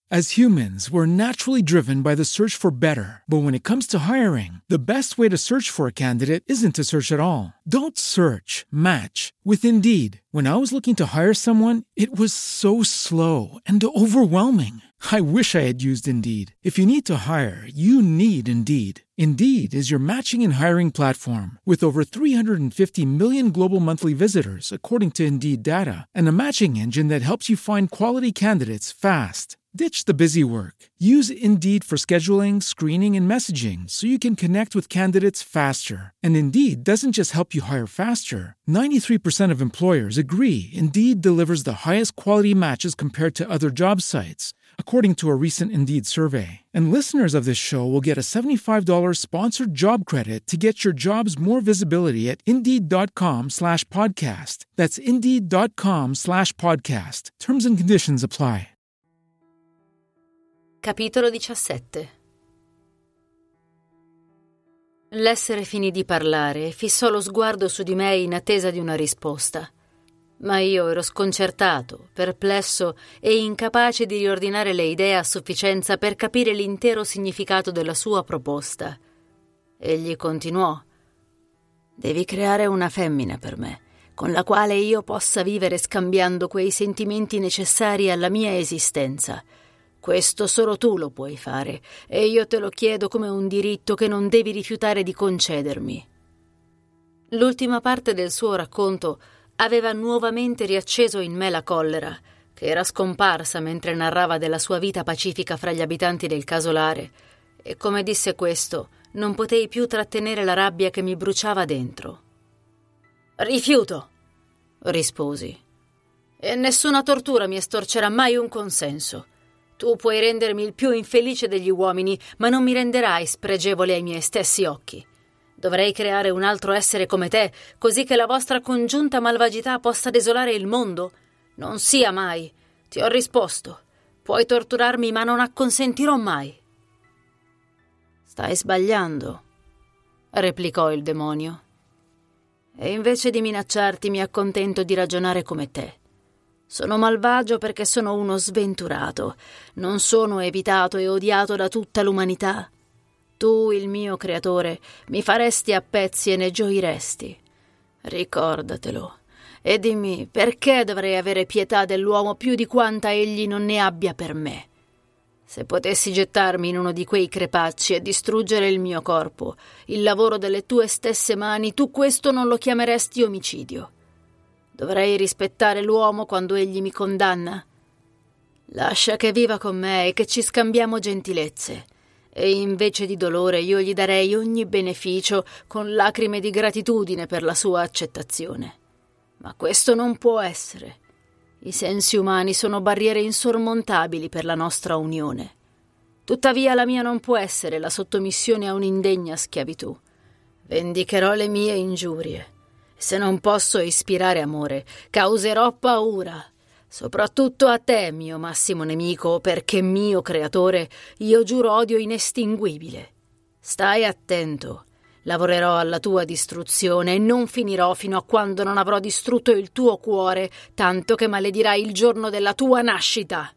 As humans, we're naturally driven by the search for better. But when it comes to hiring, the best way to search for a candidate isn't to search at all. Don't search, match with Indeed. When I was looking to hire someone, it was so slow and overwhelming. I wish I had used Indeed. If you need to hire, you need Indeed. Indeed is your matching and hiring platform with over 350 million global monthly visitors, according to Indeed data, and a matching engine that helps you find quality candidates fast. Ditch the busy work. Use Indeed for scheduling, screening, and messaging so you can connect with candidates faster. And Indeed doesn't just help you hire faster. 93% of employers agree Indeed delivers the highest quality matches compared to other job sites, according to a recent Indeed survey. And listeners of this show will get a $75 sponsored job credit to get your jobs more visibility at Indeed.com/podcast. That's Indeed.com/podcast. Terms and conditions apply. Capitolo 17. L'essere finì di parlare e fissò lo sguardo su di me in attesa di una risposta. Ma io ero sconcertato, perplesso e incapace di riordinare le idee a sufficienza per capire l'intero significato della sua proposta. Egli continuò: «Devi creare una femmina per me, con la quale io possa vivere scambiando quei sentimenti necessari alla mia esistenza. Questo solo tu lo puoi fare, e io te lo chiedo come un diritto che non devi rifiutare di concedermi». L'ultima parte del suo racconto aveva nuovamente riacceso in me la collera, che era scomparsa mentre narrava della sua vita pacifica fra gli abitanti del casolare, e come disse questo, non potei più trattenere la rabbia che mi bruciava dentro. «Rifiuto», risposi, «e nessuna tortura mi estorcerà mai un consenso. Tu puoi rendermi il più infelice degli uomini, ma non mi renderai spregevole ai miei stessi occhi. Dovrei creare un altro essere come te, così che la vostra congiunta malvagità possa desolare il mondo? Non sia mai. Ti ho risposto. Puoi torturarmi, ma non acconsentirò mai». «Stai sbagliando», replicò il demonio. «E invece di minacciarti mi accontento di ragionare come te. Sono malvagio perché sono uno sventurato. Non sono evitato e odiato da tutta l'umanità. Tu, il mio creatore, mi faresti a pezzi e ne gioiresti. Ricordatelo. E dimmi, perché dovrei avere pietà dell'uomo più di quanta egli non ne abbia per me? Se potessi gettarmi in uno di quei crepacci e distruggere il mio corpo, il lavoro delle tue stesse mani, tu questo non lo chiameresti omicidio. Dovrei rispettare l'uomo quando egli mi condanna? Lascia che viva con me e che ci scambiamo gentilezze. E invece di dolore io gli darei ogni beneficio con lacrime di gratitudine per la sua accettazione. Ma questo non può essere. I sensi umani sono barriere insormontabili per la nostra unione. Tuttavia la mia non può essere la sottomissione a un'indegna schiavitù. Vendicherò le mie ingiurie. Se non posso ispirare amore, causerò paura. Soprattutto a te, mio massimo nemico, perché mio creatore, io giuro odio inestinguibile. Stai attento. Lavorerò alla tua distruzione e non finirò fino a quando non avrò distrutto il tuo cuore, tanto che maledirai il giorno della tua nascita».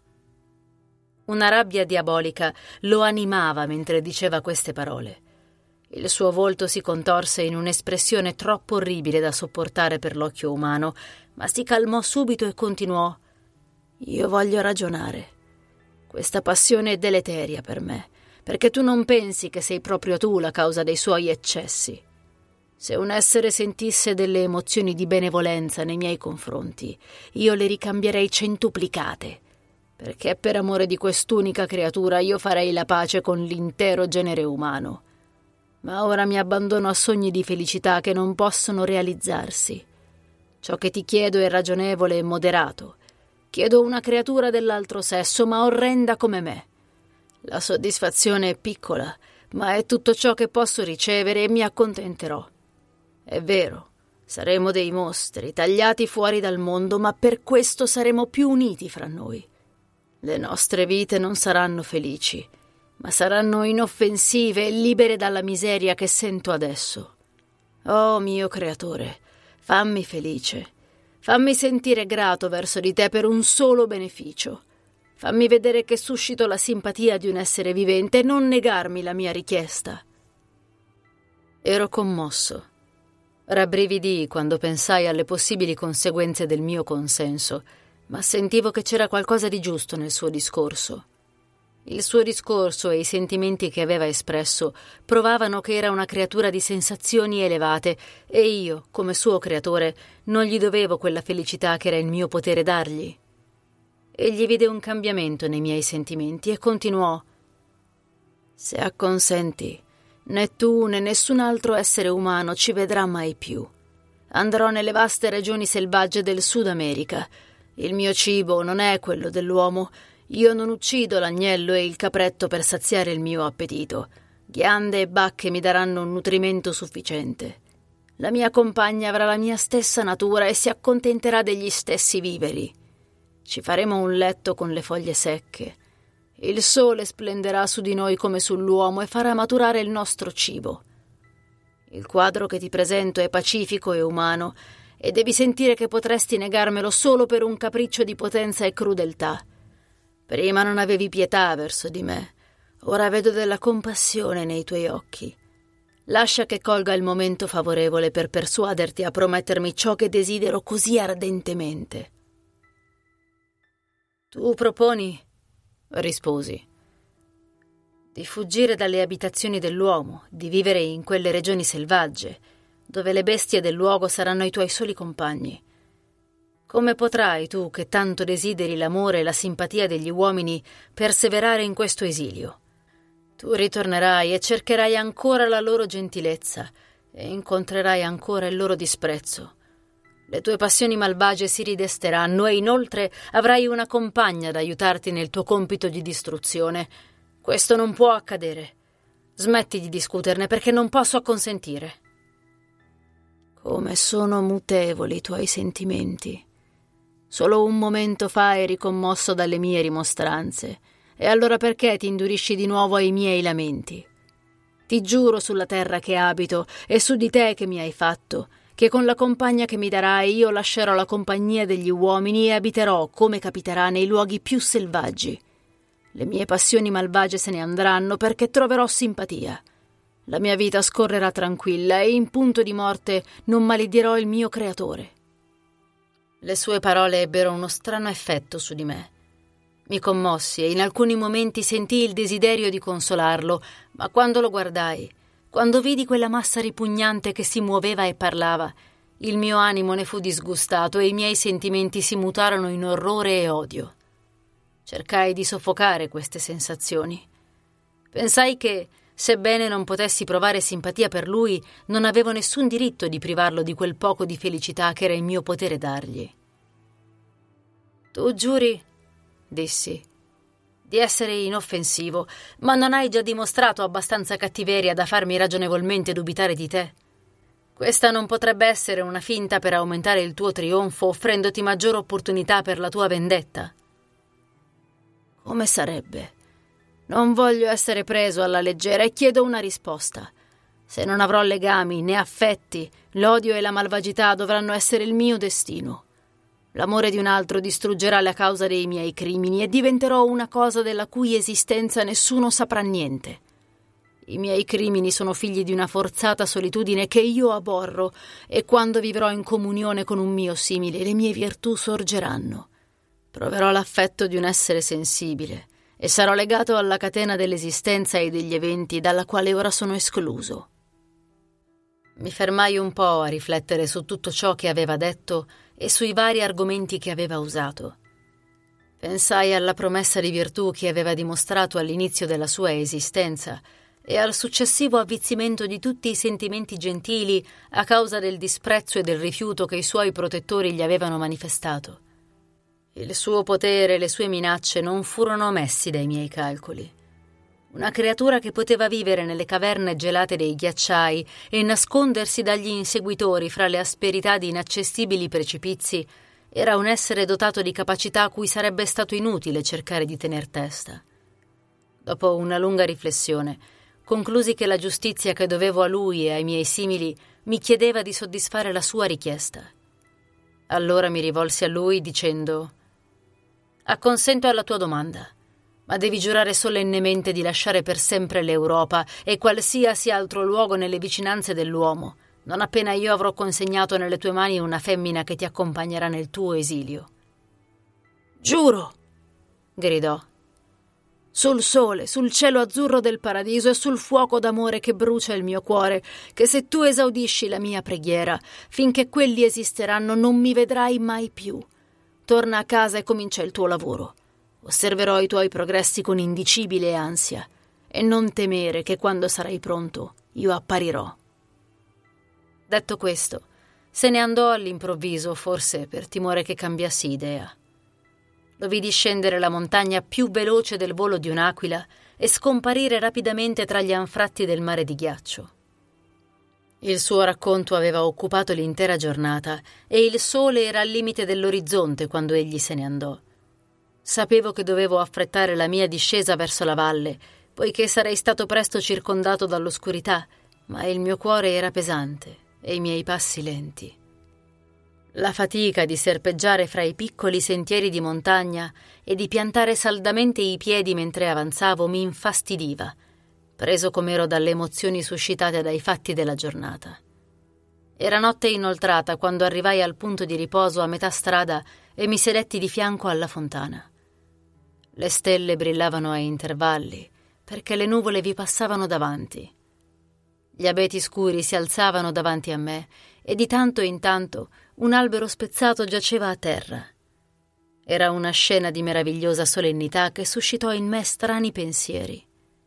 Una rabbia diabolica lo animava mentre diceva queste parole. Il suo volto si contorse in un'espressione troppo orribile da sopportare per l'occhio umano, ma si calmò subito e continuò: «Io voglio ragionare. Questa passione è deleteria per me, perché tu non pensi che sei proprio tu la causa dei suoi eccessi. Se un essere sentisse delle emozioni di benevolenza nei miei confronti, io le ricambierei centuplicate, perché per amore di quest'unica creatura io farei la pace con l'intero genere umano. Ma ora mi abbandono a sogni di felicità che non possono realizzarsi. Ciò che ti chiedo è ragionevole e moderato. Chiedo una creatura dell'altro sesso, ma orrenda come me. La soddisfazione è piccola, ma è tutto ciò che posso ricevere e mi accontenterò. È vero, saremo dei mostri, tagliati fuori dal mondo, ma per questo saremo più uniti fra noi. Le nostre vite non saranno felici, ma saranno inoffensive e libere dalla miseria che sento adesso. Oh mio creatore, fammi felice, fammi sentire grato verso di te per un solo beneficio. Fammi vedere che suscito la simpatia di un essere vivente e non negarmi la mia richiesta. Ero commosso. Rabbrividii quando pensai alle possibili conseguenze del mio consenso, ma sentivo che c'era qualcosa di giusto nel suo discorso. Il suo discorso e i sentimenti che aveva espresso provavano che era una creatura di sensazioni elevate e io, come suo creatore, non gli dovevo quella felicità che era in mio potere dargli. Egli vide un cambiamento nei miei sentimenti e continuò: «Se acconsenti, né tu né nessun altro essere umano ci vedrà mai più. Andrò nelle vaste regioni selvagge del Sud America. Il mio cibo non è quello dell'uomo. Io non uccido l'agnello e il capretto per saziare il mio appetito. Ghiande e bacche mi daranno un nutrimento sufficiente. La mia compagna avrà la mia stessa natura e si accontenterà degli stessi viveri. Ci faremo un letto con le foglie secche. Il sole splenderà su di noi come sull'uomo e farà maturare il nostro cibo. Il quadro che ti presento è pacifico e umano e devi sentire che potresti negarmelo solo per un capriccio di potenza e crudeltà. Prima non avevi pietà verso di me, ora vedo della compassione nei tuoi occhi. Lascia che colga il momento favorevole per persuaderti a promettermi ciò che desidero così ardentemente». «Tu proponi», risposi, «di fuggire dalle abitazioni dell'uomo, di vivere in quelle regioni selvagge, dove le bestie del luogo saranno i tuoi soli compagni. Come potrai tu, che tanto desideri l'amore e la simpatia degli uomini, perseverare in questo esilio? Tu ritornerai e cercherai ancora la loro gentilezza e incontrerai ancora il loro disprezzo. Le tue passioni malvagie si ridesteranno e inoltre avrai una compagna ad aiutarti nel tuo compito di distruzione. Questo non può accadere. Smetti di discuterne perché non posso acconsentire». «Come sono mutevoli i tuoi sentimenti. Solo un momento fa eri commosso dalle mie rimostranze, e allora perché ti indurisci di nuovo ai miei lamenti? Ti giuro sulla terra che abito e su di te che mi hai fatto, che con la compagna che mi darai io lascerò la compagnia degli uomini e abiterò, come capiterà, nei luoghi più selvaggi. Le mie passioni malvagie se ne andranno perché troverò simpatia. La mia vita scorrerà tranquilla e in punto di morte non maledirò il mio creatore». Le sue parole ebbero uno strano effetto su di me. Mi commossi e in alcuni momenti sentii il desiderio di consolarlo, ma quando lo guardai, quando vidi quella massa ripugnante che si muoveva e parlava, il mio animo ne fu disgustato e i miei sentimenti si mutarono in orrore e odio. Cercai di soffocare queste sensazioni. Pensai che, sebbene non potessi provare simpatia per lui, non avevo nessun diritto di privarlo di quel poco di felicità che era in mio potere dargli. «Tu giuri», dissi, «di essere inoffensivo, ma non hai già dimostrato abbastanza cattiveria da farmi ragionevolmente dubitare di te? Questa non potrebbe essere una finta per aumentare il tuo trionfo, offrendoti maggiore opportunità per la tua vendetta?» «Come sarebbe? Non voglio essere preso alla leggera e chiedo una risposta. Se non avrò legami né affetti, l'odio e la malvagità dovranno essere il mio destino. L'amore di un altro distruggerà la causa dei miei crimini e diventerò una cosa della cui esistenza nessuno saprà niente. I miei crimini sono figli di una forzata solitudine che io aborro e quando vivrò in comunione con un mio simile le mie virtù sorgeranno. Proverò l'affetto di un essere sensibile e sarò legato alla catena dell'esistenza e degli eventi dalla quale ora sono escluso». Mi fermai un po' a riflettere su tutto ciò che aveva detto e sui vari argomenti che aveva usato. Pensai alla promessa di virtù che aveva dimostrato all'inizio della sua esistenza e al successivo avvizzimento di tutti i sentimenti gentili a causa del disprezzo e del rifiuto che i suoi protettori gli avevano manifestato. Il suo potere e le sue minacce non furono omessi dai miei calcoli. Una creatura che poteva vivere nelle caverne gelate dei ghiacciai e nascondersi dagli inseguitori fra le asperità di inaccessibili precipizi era un essere dotato di capacità a cui sarebbe stato inutile cercare di tener testa. Dopo una lunga riflessione, conclusi che la giustizia che dovevo a lui e ai miei simili mi chiedeva di soddisfare la sua richiesta. Allora mi rivolsi a lui dicendo: Acconsento alla tua domanda, ma devi giurare solennemente di lasciare per sempre l'Europa e qualsiasi altro luogo nelle vicinanze dell'uomo, non appena io avrò consegnato nelle tue mani una femmina che ti accompagnerà nel tuo esilio. Giuro! Gridò. Sul sole, sul cielo azzurro del paradiso e sul fuoco d'amore che brucia il mio cuore, che se tu esaudisci la mia preghiera, finché quelli esisteranno non mi vedrai mai più. Torna a casa e comincia il tuo lavoro. Osserverò i tuoi progressi con indicibile ansia e non temere che quando sarai pronto io apparirò. Detto questo, se ne andò all'improvviso, forse per timore che cambiassi idea. Lo vidi scendere la montagna più veloce del volo di un'aquila e scomparire rapidamente tra gli anfratti del mare di ghiaccio. Il suo racconto aveva occupato l'intera giornata e il sole era al limite dell'orizzonte quando egli se ne andò. Sapevo che dovevo affrettare la mia discesa verso la valle, poiché sarei stato presto circondato dall'oscurità, ma il mio cuore era pesante e i miei passi lenti. La fatica di serpeggiare fra i piccoli sentieri di montagna e di piantare saldamente i piedi mentre avanzavo mi infastidiva, preso com'ero dalle emozioni suscitate dai fatti della giornata. Era notte inoltrata quando arrivai al punto di riposo a metà strada e mi sedetti di fianco alla fontana. Le stelle brillavano a intervalli, perché le nuvole vi passavano davanti. Gli abeti scuri si alzavano davanti a me e di tanto in tanto un albero spezzato giaceva a terra. Era una scena di meravigliosa solennità che suscitò in me strani pensieri.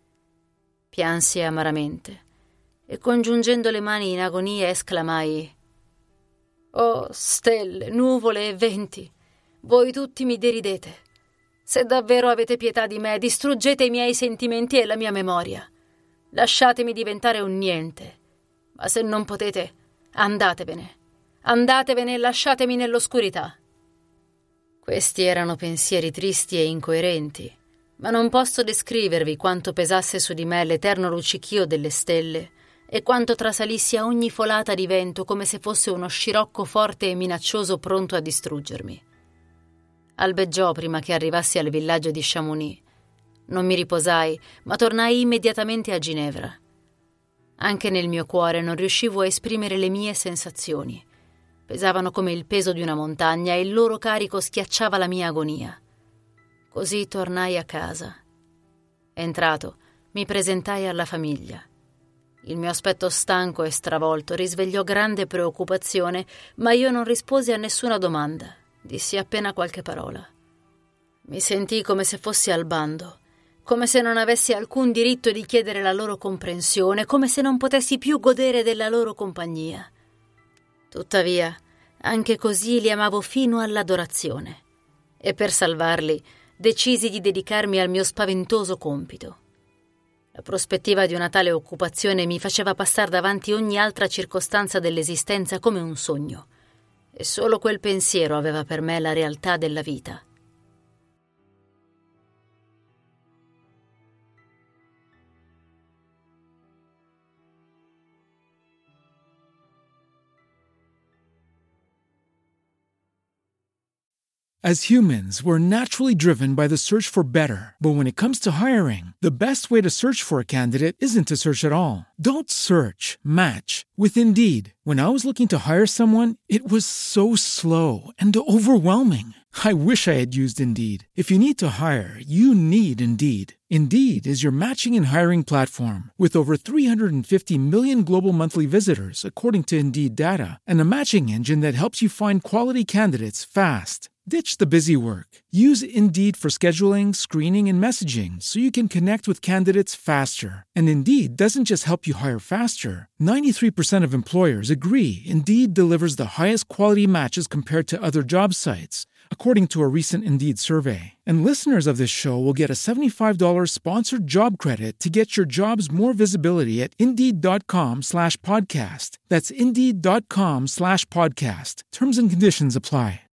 Piansi amaramente e congiungendo le mani in agonia esclamai: «Oh, stelle, nuvole e venti, voi tutti mi deridete. Se davvero avete pietà di me, distruggete i miei sentimenti e la mia memoria. Lasciatemi diventare un niente, ma se non potete, andatevene. Andatevene e lasciatemi nell'oscurità». Questi erano pensieri tristi e incoerenti, ma non posso descrivervi quanto pesasse su di me l'eterno luccichio delle stelle e quanto trasalissi a ogni folata di vento come se fosse uno scirocco forte e minaccioso pronto a distruggermi. Albeggiò prima che arrivassi al villaggio di Chamonix. Non mi riposai, ma tornai immediatamente a Ginevra. Anche nel mio cuore non riuscivo a esprimere le mie sensazioni. Pesavano come il peso di una montagna e il loro carico schiacciava la mia agonia. Così tornai a casa. Entrato, mi presentai alla famiglia. Il mio aspetto stanco e stravolto risvegliò grande preoccupazione, ma io non risposi a nessuna domanda. Dissi appena qualche parola. Mi sentii come se fossi al bando, come se non avessi alcun diritto di chiedere la loro comprensione, come se non potessi più godere della loro compagnia. Tuttavia, anche così li amavo fino all'adorazione, e per salvarli decisi di dedicarmi al mio spaventoso compito. La prospettiva di una tale occupazione mi faceva passare davanti ogni altra circostanza dell'esistenza come un sogno, e solo quel pensiero aveva per me la realtà della vita. As humans, we're naturally driven by the search for better. But when it comes to hiring, the best way to search for a candidate isn't to search at all. Don't search, match with Indeed. When I was looking to hire someone, it was so slow and overwhelming. I wish I had used Indeed. If you need to hire, you need Indeed. Indeed is your matching and hiring platform with over 350 million global monthly visitors, according to Indeed data, and a matching engine that helps you find quality candidates fast. Ditch the busy work. Use Indeed for scheduling, screening, and messaging so you can connect with candidates faster. And Indeed doesn't just help you hire faster. 93% of employers agree Indeed delivers the highest quality matches compared to other job sites, according to a recent Indeed survey. And listeners of this show will get a $75 sponsored job credit to get your jobs more visibility at Indeed.com/podcast. That's Indeed.com/podcast. Terms and conditions apply.